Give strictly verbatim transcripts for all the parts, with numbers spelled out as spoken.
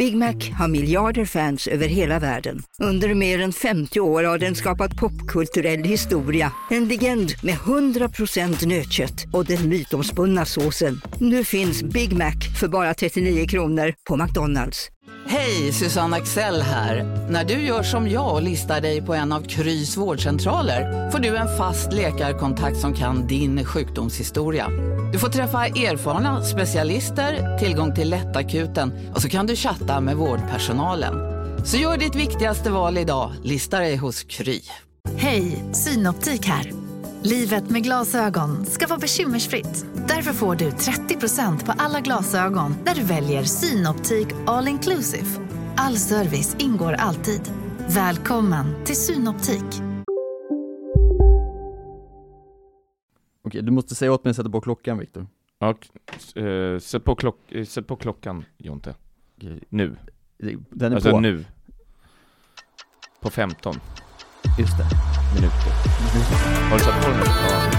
Big Mac har miljarder fans över hela världen. Under mer än femtio år har den skapat popkulturell historia. En legend med hundra procent nötkött och den mytomspunna såsen. Nu finns Big Mac för bara trettionio kronor på McDonald's. Hej, Susanne Axel här. När du gör som jag och listar dig på en av Krys vårdcentraler får du en fast läkarkontakt som kan din sjukdomshistoria. Du får träffa erfarna specialister, tillgång till lättakuten och så kan du chatta med vårdpersonalen. Så gör ditt viktigaste val idag, listar dig hos Kry. Hej, Synoptik här. Livet med glasögon ska vara bekymmersfritt. Därför får du trettio procent på alla glasögon när du väljer Synoptik All Inclusive. All service ingår alltid. Välkommen till Synoptik. Okej, du måste säga åt mig att sätta på klockan, Victor. Ja, äh, sätt, på klock, äh, sätt på klockan, Jonte. Okej. Nu. Den är alltså på. nu. På femton. Just det. Minuter. Har du satt på den? Ja.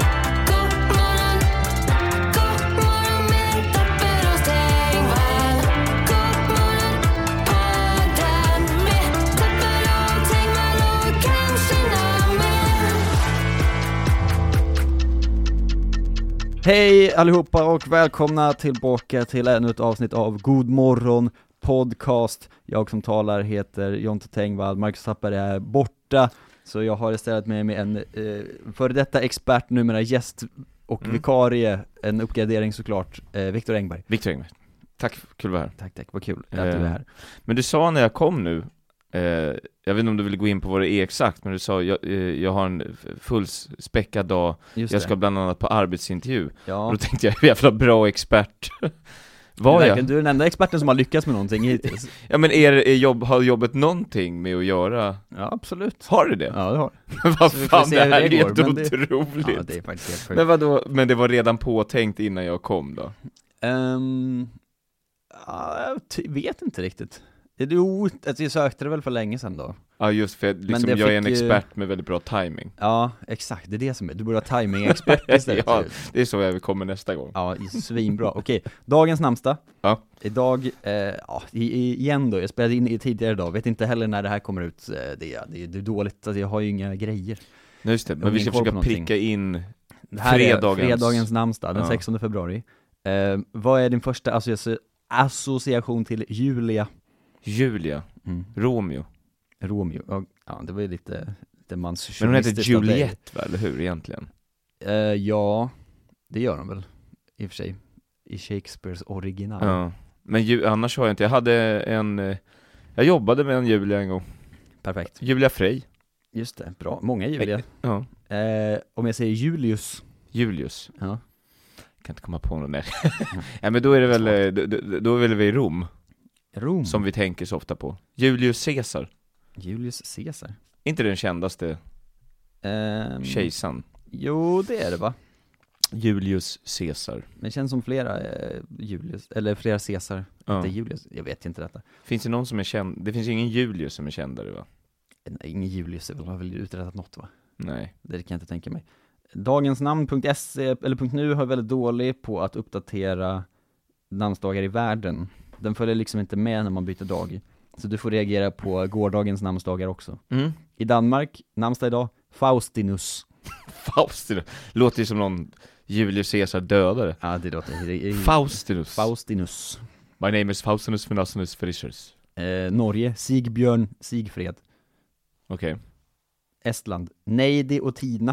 Hej allihopa och välkomna tillbaka till ännu ett avsnitt av God morgon podcast. Jag som talar heter Jonte Tengvall, Marcus Tapper är borta, så jag har istället med mig en eh, före detta expert, numera gäst och mm. vikarie, en uppgradering såklart, eh, Victor Engberg. Victor Engberg, tack, kul att vara här. Tack, tack, vad kul att eh, du är här. Men du sa när jag kom nu, eh, jag vet inte om du vill gå in på vad det är exakt, men du sa jag, eh, jag har en fullspäckad dag. Just jag ska det. Bland annat på arbetsintervju. Ja. Och då tänkte jag, jävla bra expert. Var du, jag? Du är den enda experten som har lyckats med någonting hittills. Ja, men är, är jobb, har jobbet någonting med att göra? Ja, absolut. Har du det? Ja, det har. Vad fan, det här det är helt det... otroligt. Ja, det är faktiskt helt sjukt. Men vadå, men det var redan påtänkt innan jag kom då? Um, ja, jag t- vet inte riktigt. Det är att jag sökte det väl för länge sedan då. Ja, just för liksom jag, jag är en expert med väldigt bra timing. Ja, exakt, det är det som är. Du borde ha timing-expert istället. Ja, det är så jag kommer nästa gång. Ja, svinbra. Okej, dagens namnsdag. Ja. Idag, eh, ja, igen då, jag spelade in i tidigare idag. Vet inte heller när det här kommer ut. Det är, det är, det är dåligt, alltså jag har ju inga grejer. Just det, men vi ska försöka pricka in det här fredagens... är fredagens namnsdag, den ja. sextonde februari. Eh, vad är din första associ- association till Julia? Julia, mm. Romeo. Romeo, ja, det var ju lite, lite mans. Men hon heter Juliet, va, eller hur egentligen? Uh, ja, det gör hon väl i och för sig i Shakespeares original. Ja, men ju, annars har jag inte. Jag hade en, jag jobbade med en Julia en gång. Perfekt. Julia Frey. Just det, bra. Många Julia. Ja. Uh, om jag säger Julius. Julius. Ja. Jag kan inte komma på någon där. Ja, men då är det väl, då, då, då är väl vi i Rom. Rom. Som vi tänker så ofta på. Julius Caesar. Julius Caesar. Inte den kändaste um, kejsaren. Jo, det är det, va? Julius Caesar. Men det känns som flera eh, Julius, eller flera Caesar. Ja. Inte Julius, jag vet inte detta. Finns det någon som är känd? Det finns ju ingen Julius som är kändare, va? Nej, ingen Julius har väl uträttat något, va? Nej. Det kan jag inte tänka mig. Dagensnamn.se eller .nu har väldigt dålig på att uppdatera namnsdagar i världen. Den följer liksom inte med när man byter dag. Så du får reagera på gårdagens namnsdagar också. Mm. I Danmark, namnsdag idag, Faustinus. Faustinus. Låter ju som någon Julius Caesar dödare. Ja, det låter... Det, det, Faustinus. Faustinus. My name is Faustinus Venassinus Frischers. Eh, Norge, Sigbjörn Sigfred. Okej. Okay. Estland, Neidi och Tina.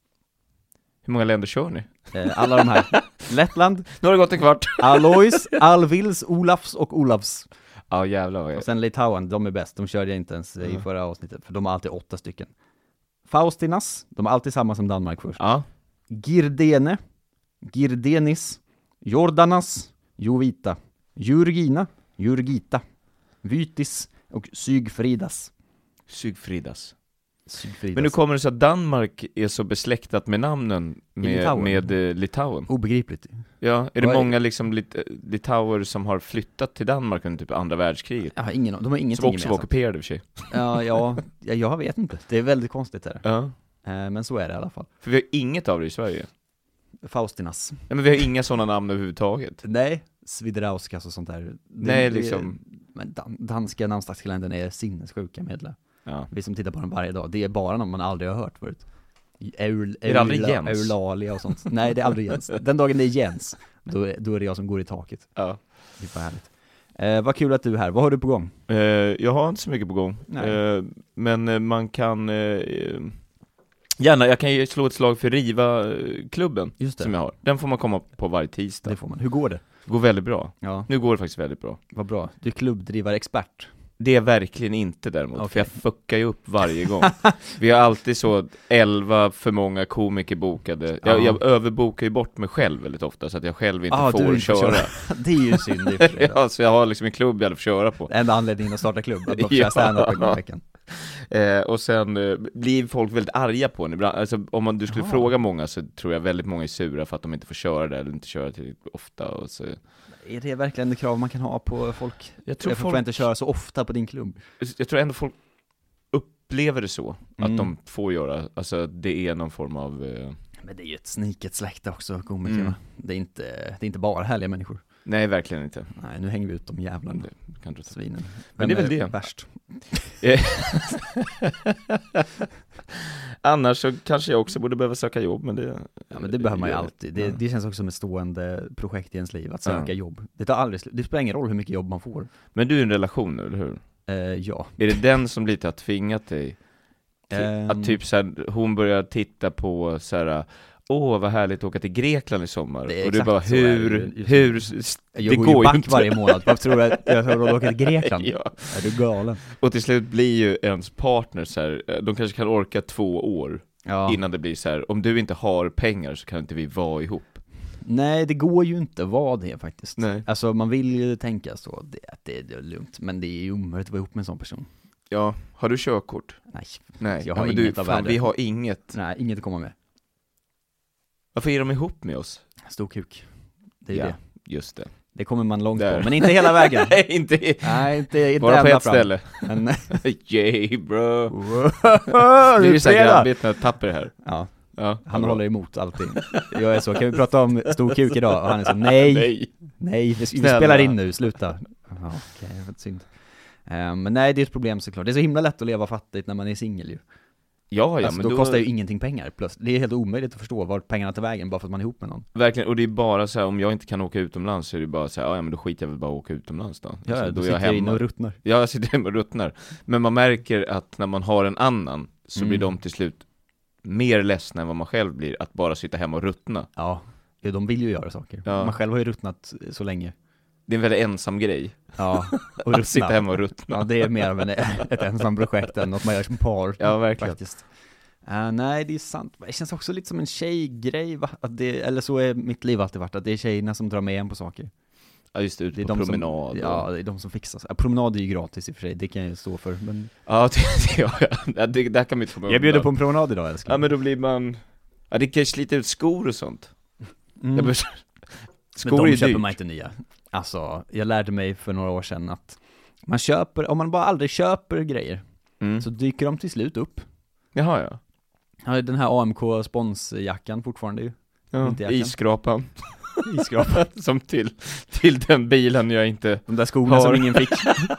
Hur många länder kör ni? Eh, alla de här. Lettland. Nu har det gått en kvart. Alois, Alvils, Olafs och Olavs. Ja, jävlar vad jag... Och sen Litauen, de är bäst. De körde jag inte ens i mm. förra avsnittet. För de har alltid åtta stycken. Faustinas, de är alltid samma som Danmark först. Ja. Girdene, Girdenis, Jordanas, Jovita, Jurgina, Jurgita, Vytis och Sygfridas. Sygfridas. Sygfridas. Men nu kommer det så att Danmark är så besläktat med namnen med Litauen. Med, uh, Litauen. Obegripligt. Ja, är det Vad många är... liksom lit, litauer som har flyttat till Danmark under typ andra världskriget? Jag har ingen, de har ingenting som också var ockuperade för sig. Ja, ja, ja, jag vet inte. Det är väldigt konstigt här. Ja. Eh, men så är det i alla fall. För vi har inget av det i Sverige. Faustinas. Ja, men vi har inga sådana namn överhuvudtaget. Nej, Sviderauskas och sånt där. Det, Nej, liksom... Det, Men dan- danska namnsdagskalendern är sinnessjuka medlemmar. Ja. Vi som tittar på den varje dag, det är bara någon man aldrig har hört förut. Eul, är det aldrig Jens? Eulalia och sånt. Nej, det är aldrig Jens. Den dagen det är Jens, då är, då är det jag som går i taket. Ja. Det var härligt. Eh, vad kul att du är här. Vad har du på gång? Eh, jag har inte så mycket på gång. Eh, men eh, man kan eh, gärna, jag kan ju slå ett slag för Riva-klubben som jag har. Den får man komma på varje tisdag. Det får man. Hur går det? Det går väldigt bra. Ja. Nu går det faktiskt väldigt bra. Vad bra. Du är klubbdrivarexpert. Det är verkligen inte däremot, okay. för jag fuckar ju upp varje gång. Vi har alltid så elva för många komiker bokade. Jag, jag överbokar ju bort mig själv väldigt ofta, så att jag själv inte ah, får, inte köra. får köra. Det är ju synd i och för sig. Ja, så jag har liksom en klubb jag hade får köra på. Enda anledningen att starta klubb, att man får köra stand-up en gång i veckan. Eh, och sen eh, blir folk väldigt arga på en ibland. Alltså, om man, du skulle Aha. fråga många, så tror jag väldigt många är sura för att de inte får köra det, eller inte köra tillräckligt ofta. Och så. Är det verkligen det krav man kan ha på folk? Jag tror folk får inte köra så ofta på din klubb. Jag tror ändå folk upplever det så, mm. att de får göra, alltså det är någon form av eh... Men det är ju ett sniket släkte också, komikerna. Mm. Det är inte, det är inte bara härliga människor. Nej, verkligen inte. Nej, nu hänger vi ut de jävlarna, kan du svinen. Men, Men det är väl det värst. Annars så kanske jag också borde behöva söka jobb, men det... Ja, men det behöver man ju alltid. Det, ja. det känns också som ett stående projekt i ens liv, att söka ja. jobb. Det tar aldrig slut. Det spelar ingen roll hur mycket jobb man får. Men du är i en relation nu, eller hur? Uh, ja. Är det den som lite har tvingat dig? Um... Att typ så här, hon börjar titta på så här... Åh, vad härligt att åka till Grekland i sommar. Och du bara, hur, hur, jag det går ju back varje månad. Varför tror du att jag har råd att åka till Grekland? Ja. Är du galen? Och till slut blir ju ens partner så här, de kanske kan orka två år ja. innan det blir så här, om du inte har pengar så kan inte vi vara ihop. Nej, det går ju inte att vara det faktiskt. Nej. Alltså man vill ju tänka så, det, att det är lugnt, men det är ju omöjligt att vara ihop med en sån person. Ja, har du körkort? Nej, Nej. jag har ja, inget du, av fan, världen. Vi har inget. Nej, inget att komma med. Varför är de ihop med oss? Stor kuk. Det är ja, det. Just det. Det kommer man långt Där. på, men inte hela vägen. Nej, inte, Nej, inte, inte bara på ett fram. ställe. Men... Yay, bro. Det är ju såhär grabbigt när tapper det här. Ja, ja han håller emot allting. Jag är så, kan vi prata om stor kuk idag? Och han är så, nej, nej, nej vi, vi spelar in nu, sluta. Ja, okej, okay, vad synd. Um, men nej, det är ett problem såklart. Det är så himla lätt att leva fattigt när man är singel ju. Ja, ja, alltså, men då, då kostar ju ingenting pengar plus. Det är helt omöjligt att förstå vart pengarna tar vägen bara för att man är ihop med någon. Verkligen, och det är bara så här, om jag inte kan åka utomlands så är det bara så här, ja men då skiter jag väl bara att åka utomlands då. Ja, alltså, då, då sitter jag inne och ruttnar. Ja, jag sitter hemma och ruttnar. Men man märker att när man har en annan så mm. blir de till slut mer ledsna än vad man själv blir att bara sitta hemma och ruttna. Ja, ja de vill ju göra saker. Ja. Man själv har ju ruttnat så länge. Det är en väldigt ensam grej. Ja, och att sitta hemma och ruttna. Ja, det är mer av en, ett ensam projekt än något man gör som par. Ja, verkligen. Faktiskt. Uh, nej, det är sant. Det känns också lite som en tjejgrej, va? Att det, eller så är mitt liv alltid varit, att det är tjejerna som drar med en på saker. Ja, just det, ut det är på de promenad. Som, ja, det är de som fixar. Ja, promenad är ju gratis i och för sig, det kan jag ju stå för. Men... Ja, det, ja, ja, det där kan man inte få med. Jag bjuder på en promenad idag, älskling. Ja, men då blir man... Ja, det kan ju slita ut skor och sånt. Mm. Jag bör... Skor men de är köper dyrt. Man inte nya. Alltså, jag lärde mig för några år sedan att man köper, om man bara aldrig köper grejer, mm. så dyker de till slut upp. Jaha, ja. Ja, den här A M K-sponsjackan fortfarande ju. Ja, isskrapan. Isskrapan. Som till, till den bilen jag inte de där skorna har. Som ingen fick.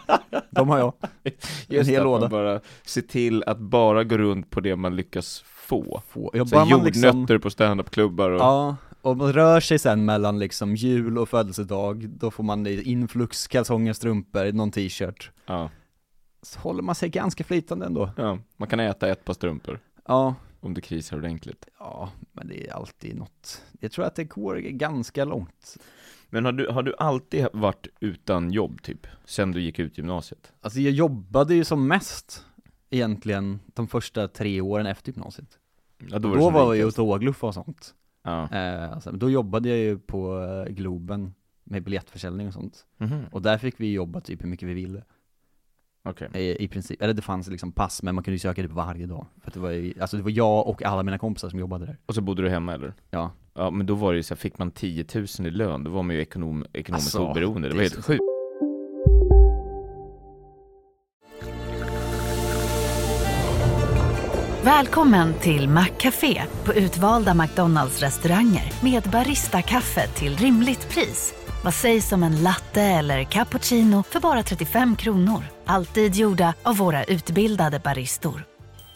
De har jag. Just en hel låda. Bara se till att bara gå runt på det man lyckas få. få. Jag så jordnötter liksom... på stand-up-klubbar. Och... Ja, och man rör sig sen mellan liksom jul och födelsedag. Då får man influx, kalsonger, strumpor, någon t-shirt. Ja. Så håller man sig ganska flytande ändå. Ja, man kan äta ett par strumpor. Ja. Om det krisar ordentligt. Ja, men det är alltid något. Jag tror att det går ganska långt. Men har du, har du alltid varit utan jobb typ? Sen du gick ut gymnasiet? Alltså jag jobbade ju som mest egentligen de första tre åren efter gymnasiet. Ja, då var, då var jag ju tågluffa och sånt. Ja. Eh, alltså, då jobbade jag ju på Globen med biljettförsäljning och sånt. Mm-hmm. Och där fick vi jobba typ hur mycket vi ville. Okay. I, I princip, eller det fanns liksom pass, men man kunde ju söka det på varje dag. För att det var ju, alltså det var jag och alla mina kompisar som jobbade där. Och så bodde du hemma eller? Ja. Ja, men då var det ju så här, fick man tio tusen i lön, då var man ju ekonom, ekonomiskt alltså, oberoende. Det var helt sjukt. Välkommen till Maccafé på utvalda McDonalds restauranger med Barista-kaffe till rimligt pris. Vad sägs om en latte eller cappuccino för bara trettiofem kronor? Alltid gjorda av våra utbildade baristor.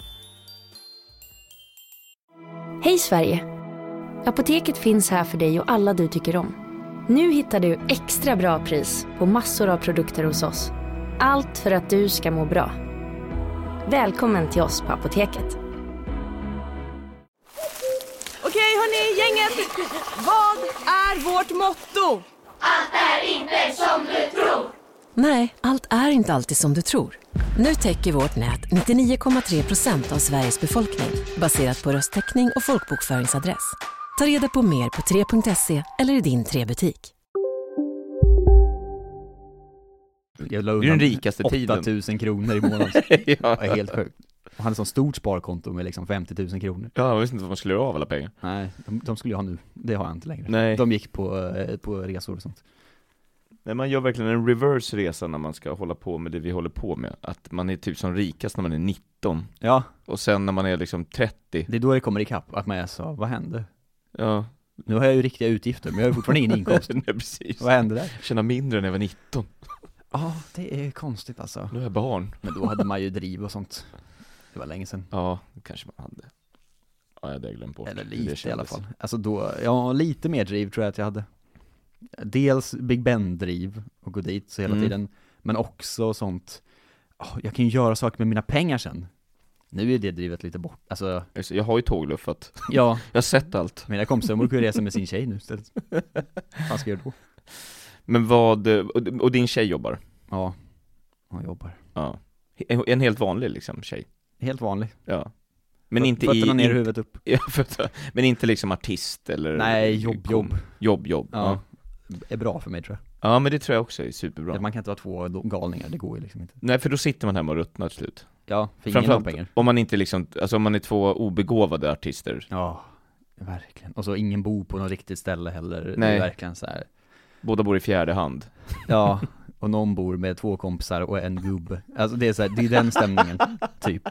Hej Sverige! Apoteket finns här för dig och alla du tycker om. Nu hittar du extra bra pris på massor av produkter hos oss. Allt för att du ska må bra. Välkommen till oss på Apoteket. Okej hörni, gänget! Vad är vårt motto? Allt är inte som du tror. Nej, allt är inte alltid som du tror. Nu täcker vårt nät nittionio komma tre procent av Sveriges befolkning baserat på röstteckning och folkbokföringsadress. Ta reda på mer på tre punkt se eller i din tre-butik. Jag la undan det är den rikaste tiden. åtta tusen kronor i månaden. Ja. Det är helt sjukt. Han hade så stort sparkonto med liksom femtio tusen kronor. Ja, jag visste inte vad man skulle göra av alla pengar. Nej, de, de skulle jag ha nu. Det har jag inte längre. Nej. De gick på, på resor och sånt. Nej, man gör verkligen en reverse resa när man ska hålla på med det vi håller på med. Att man är typ som rikast när man är nitton. Ja. Och sen när man är liksom trettio. Det är då det kommer ikapp, att man är så, vad hände? Ja. Nu har jag ju riktiga utgifter, men jag har fortfarande ingen inkomst. Nej, precis. Vad hände där? Tjäna mindre när jag var nitton. Ja, ah, det är konstigt alltså. Nu är jag barn. Men då hade man ju driv och sånt. Det var länge sedan. Ja, det kanske man hade. Ja, jag hade glömt bort. Eller lite i alla fall. Alltså då, ja, lite mer driv tror jag att jag hade. Dels Big Ben-driv och gå dit så hela mm. tiden. Men också sånt, oh, jag kan ju göra saker med mina pengar sen. Nu är det drivet lite bort. Alltså, jag har ju tågluffat. Ja. Jag har sett allt. Mina kompisar måste ju resa med sin tjej nu istället. Vad ska jag göra då? Men vad, och din tjej jobbar? Ja, hon jobbar. Ja. En helt vanlig liksom tjej? Helt vanlig. Ja. Men F- inte fötterna i... ner, huvudet upp. Ja, fötterna. Men inte liksom artist eller... Nej, jobb, jobb. Jobb, jobb. Ja. ja. Är bra för mig tror jag. Ja, men det tror jag också är superbra. Man kan inte vara två galningar, det går ju liksom inte. Nej, för då sitter man hemma och ruttnar till slut. Ja, för ingen har pengar. Om man inte liksom, alltså om man är två obegåvade artister. Ja, verkligen. Och så ingen bor på något riktigt ställe heller. Nej. Det är verkligen så här. Båda bor i fjärde hand. Ja, och någon bor med två kompisar och en gubbe. Alltså det är så här, det är den stämningen, typ.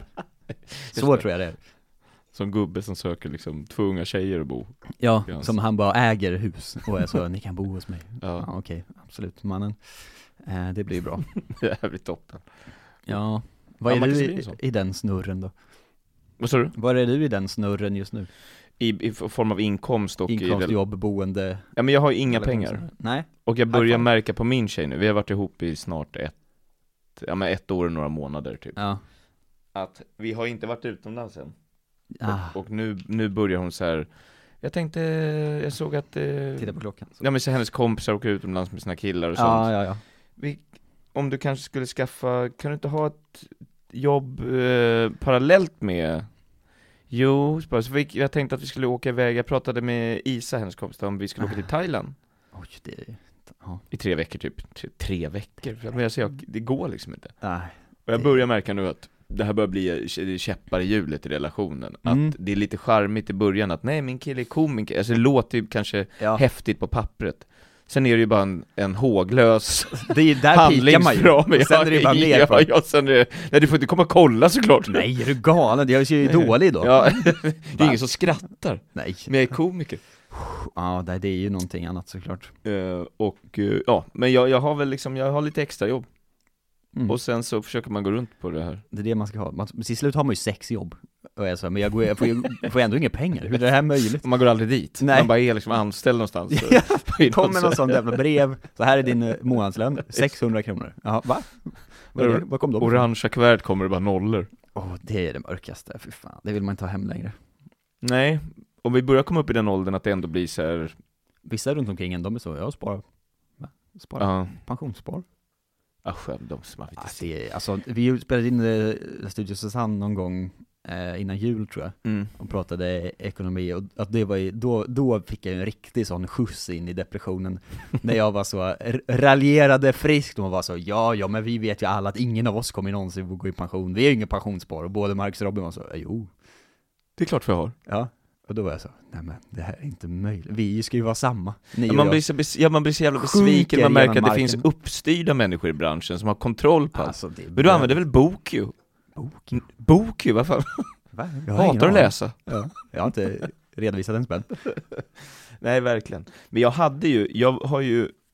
Så tror jag det är. Som gubbe som söker liksom två unga tjejer att bo. Ja, som han bara äger hus och är så, ni kan bo hos mig. Ja, ja okej, absolut, mannen. Eh, det blir bra. Det här blir toppen. Ja, vad ja, är du i, i den snurren då? Vad sa du? Vad är du i den snurren just nu? I, i form av inkomst och inkomst, i, jobb, boende. Ja, men jag har inga pengar. Nej. Och jag börjar märka på min tjej nu. Vi har varit ihop i snart ett Ja men ett år och några månader typ. Ja. Att vi har inte varit utomlands än. Ah. Och, och nu, nu börjar hon så här. Jag tänkte, jag såg att eh, titta på klockan så. Ja men så hennes kompisar åker utomlands med sina killar och ja, sånt. Ja, ja. Vi, om du kanske skulle skaffa, kan du inte ha ett jobb eh, parallellt med? Jo, så vi, jag tänkte att vi skulle åka iväg. Jag pratade med Isa, hennes kompis, om vi skulle åka till Thailand. Oj, det ja. I tre veckor typ. Tre, tre veckor. Men jag säger, det går liksom inte. Nej. Och jag börjar märka nu att det här börjar bli käppar i hjulet i relationen. Mm. Att det är lite charmigt i början att nej, min kille är komiker. Alltså det låter ju kanske ja. häftigt på pappret. Sen är det ju bara en, en håglös det är där pikar man ju. Sen är det bara mer ja, ja, sen är det, nej, du får inte komma och kolla såklart. Nej, är du galen? Jag är ju dålig då. Ja, det är ingen som skrattar. Nej. Men jag är komiker. Ja, det är ju någonting annat såklart. Uh, och uh, ja, men jag, jag har väl liksom, jag har lite extra jobb. Mm. Och sen så försöker man gå runt på det här. Det är det man ska ha. Man, till slut har man ju sex jobb. Och jag så, men jag, går, jag, får, jag får ändå inga pengar. Hur är det här möjligt? Och man går aldrig dit. Nej. Man bara är liksom anställd någonstans. Kommer någon sån jävla brev. Så här är din månadslön. sexhundra kronor. Jaha, va? Vad, vad kom då? Orangea kuvert kommer det bara nollor. Åh, oh, det är det mörkaste. Fy fan. Det vill man inte ha hem längre. Nej. Om vi börjar komma upp i den åldern att det ändå blir så här. Vissa runt omkring en, de är så, jag sparar. Spara. Uh. Pensionsspar. Ja, själv, de som man alltså, det, alltså, vi spelade in uh, Studio Susanne någon gång uh, innan jul tror jag mm. och pratade ekonomi och att det var ju, då, då fick jag en riktig sån skjuts in i depressionen när jag var så r- raljerade friskt och man var så, ja, ja, men vi vet ju alla att ingen av oss kommer någonsin gå i pension, vi är ju ingen pensionsspar och både Marcus och Robin var så, jo. Det är klart vi har. Ja. Och då var jag så, nej men det här är inte möjligt. Vi ska ju vara samma. Ja, man, blir så bes- ja, man blir så jävla besviken. Man märker att det finns uppstyrda människor i branschen som har kontroll på alltså, allt. Men du använder väl BookU? BookU? BookU, vad fan? Va? Jag hatar att läsa. Ja, jag har inte redovisat en spänn. Nej, verkligen. Men jag hade ju, jag har ju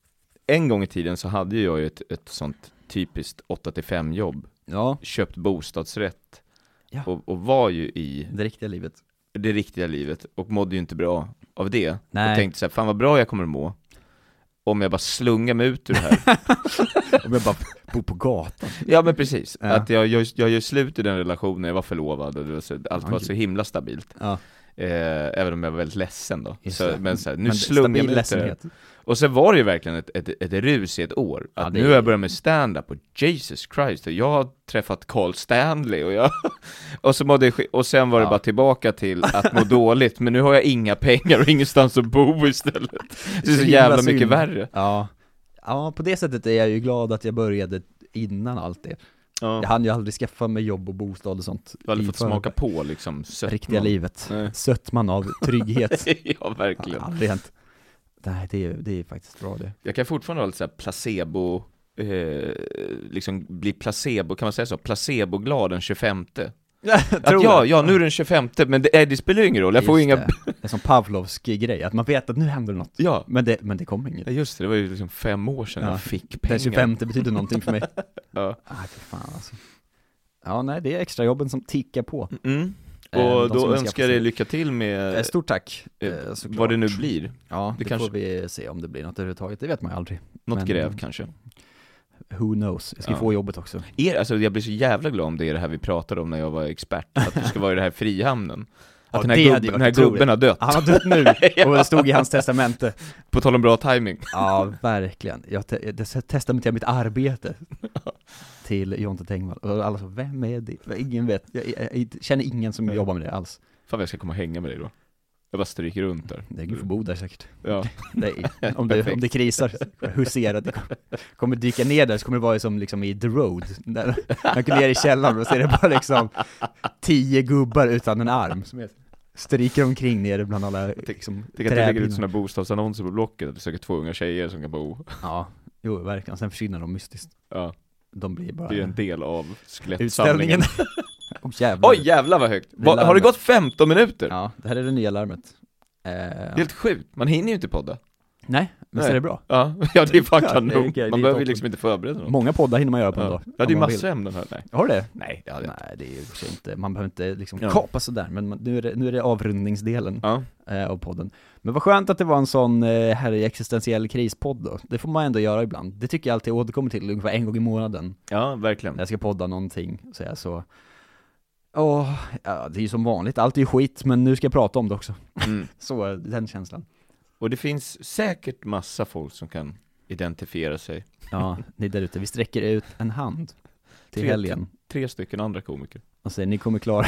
en gång i tiden så hade jag ju ett, ett sånt typiskt åtta till fem jobb. Ja. Köpt bostadsrätt. Ja. Och, och var ju i det riktiga livet. Det riktiga livet. Och mådde ju inte bra av det. Nej. Och tänkte så här, fan vad bra jag kommer att må. Om jag bara slungar mig ut ur det här. Om jag bara bor på gatan. Ja men precis, ja. att jag, jag, jag gör slut i den relationen, jag var förlovad och det var så, allt var så himla stabilt. Ja. eh, Även om jag var väldigt ledsen då så, Men så här, nu men slungar jag mig ut det. Och så var det ju verkligen ett, ett, ett rus i ett år. Att ja, nu har jag börjat med stand-up och Jesus Christ, och jag har träffat Carl Stanley och jag och, så mådde, och sen var det ja. bara tillbaka till att må dåligt. Men nu har jag inga pengar och ingenstans att bo istället. Det är så, så jävla synd. Mycket värre. Ja. Ja, på det sättet är jag ju glad att jag började innan allt det. Ja. Jag hann ju aldrig skaffa mig jobb och bostad och sånt. Du hade fått för... smaka på liksom sötman. Riktiga livet. Nej. Sötman av trygghet. Ja, verkligen. Ja, aldrig hänt. Nej, det är, det är faktiskt bra det. Jag kan fortfarande ha lite så här placebo, eh, liksom bli placebo, kan man säga så? Placebo-glad den tjugofemte. Att ja, ja, nu är den tjugofemte, men det, är, det spelar ju ingen roll. Jag får inga... det. det är som Pavlovsk grej, att man vet att nu händer något. Ja. Men det, men det kommer inget. Ja, just det, det var ju liksom fem år sedan ja. jag fick pengar. Den tjugofemte betyder någonting för mig. Ja. Aj, för fan alltså. Ja, nej, det är extra jobben som tickar på. Mm. Och då önskar jag dig lycka till med... Stort tack. Eh, vad det nu blir. Ja, det, det kanske... får vi se om det blir något överhuvudtaget. Det vet man ju aldrig. Något men, gräv kanske. Who knows? Jag ska ja. få jobbet också. Er, alltså, jag blir så jävla glad om det är det här vi pratade om när jag var expert. Att det ska vara i det här Frihamnen. Att ja, den här, gubb, den här gubben har dött. Han har dött nu. Och det stod i hans testamente. På tal om bra timing. Ja, verkligen. Jag te- testamenterar mitt arbete till Jonte Tengvall. Och alla så, vem är det? Ingen vet. Jag, jag, jag känner ingen som mm. jobbar med det alls. Fan, jag ska komma och hänga med dig då. Jag bara stryker runt där. Det är ju för bo där säkert. Ja. Det är, om, det, om det krisar, husera, det kommer, kommer dyka ner där, så kommer det vara som liksom i The Road. Där man går ner i källaren och ser det bara liksom tio gubbar utan en arm som är, stryker omkring nere bland alla liksom, det kan lägga ut sådana bostadsannonser på Blocket att du söker två unga tjejer som kan bo. Ja, jo verkligen. Sen försvinner de mystiskt. Ja. De blir bara... Det är en del av skelettsamlingen. Oh, jävlar. Oj, jävlar vad högt. Det har det gått femton minuter? Ja, det här är det nya larmet. Eh, det är helt sjukt. Man hinner ju inte podda. Nej, men så är det bra. Ja, ja det är fan kanon. Ja, man behöver liksom inte förbereda något. Många poddar hinner man göra på en ja. dag. Ja, det är massor ämnen här. Nej. Har det? Nej, det hade Nej, det är ju för inte. Man behöver inte liksom ja. kapa sådär. Men man, nu, är det, nu är det avrundningsdelen ja. eh, av podden. Men vad skönt att det var en sån eh, här existentiell krispodd då. Det får man ändå göra ibland. Det tycker jag alltid återkommer till ungefär en gång i månaden. Ja, verkligen. Jag ska podda någonting, så jag så... Åh, ja, det är ju som vanligt, allt är ju skit, men nu ska jag prata om det också. Mm. Så, den känslan. Och det finns säkert massa folk som kan identifiera sig. Ja, ni där ute, vi sträcker ut en hand till tre, helgen. Tre stycken andra komiker. Och sen, ni kommer klara.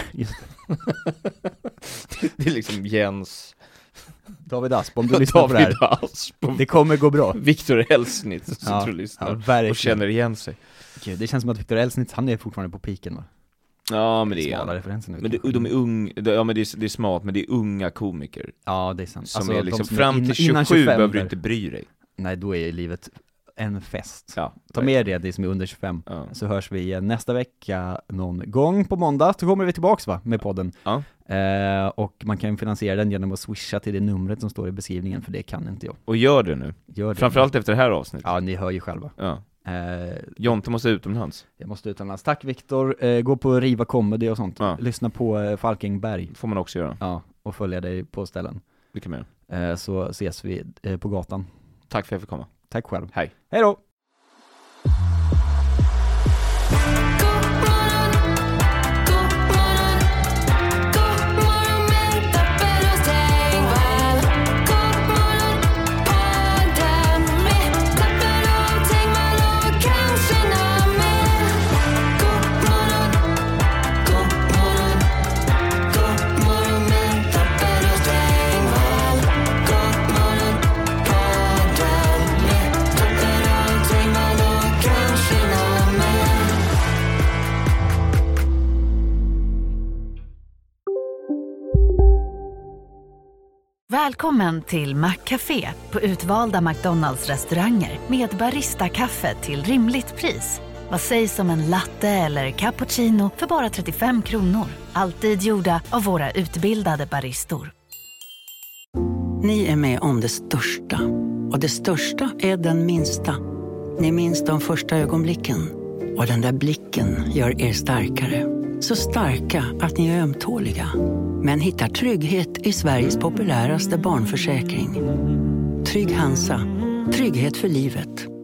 Det är liksom Jens... David Asp, om du lyssnar på det här. Asp. Det kommer gå bra. Viktor Elsnitz som ja, tror lyssnar ja, och känner igen sig. Gud, det känns som att Viktor Elsnitz, han är fortfarande på piken, va? Ja, men det är smala referenser nu. Men det, de är ung, ja men det är, det är smart, men det är unga komiker. Ja, det är sant. Som alltså, är liksom, som fram in, till tjugosju behöver du inte bry dig. Nej, då är livet en fest. Ja, ta med det, det som är under tjugofem. Ja. Så hörs vi igen nästa vecka någon gång på måndag. Så kommer vi tillbaks, va, med podden. Ja. Eh, och man kan finansiera den genom att swisha till det numret som står i beskrivningen, för det kan inte jag. Och gör det nu. Gör det. Framförallt efter det här avsnittet. Ja, ni hör ju själva. Ja. Eh, Jonte måste utomlands. Jag måste utomlands. Tack Viktor. Eh, gå på Riva Comedy och sånt. Ja. Lyssna på eh, Falkenberg. Får man också göra. Ja, och följa dig på ställen. Det kan man göra. Eh, så ses vi eh, på gatan. Tack för att jag fick komma. Tack själv. Hej. Hej då. Välkommen till McCafé på utvalda McDonalds restauranger med barista-kaffe till rimligt pris. Vad sägs om en latte eller cappuccino för bara trettiofem kronor? Alltid gjorda av våra utbildade baristor. Ni är med om det största. Och det största är den minsta. Ni minns de första ögonblicken. Och den där blicken gör er starkare. Så starka att ni är ömtåliga. Men hittar trygghet i Sveriges populäraste barnförsäkring. Trygg Hansa. Trygghet för livet.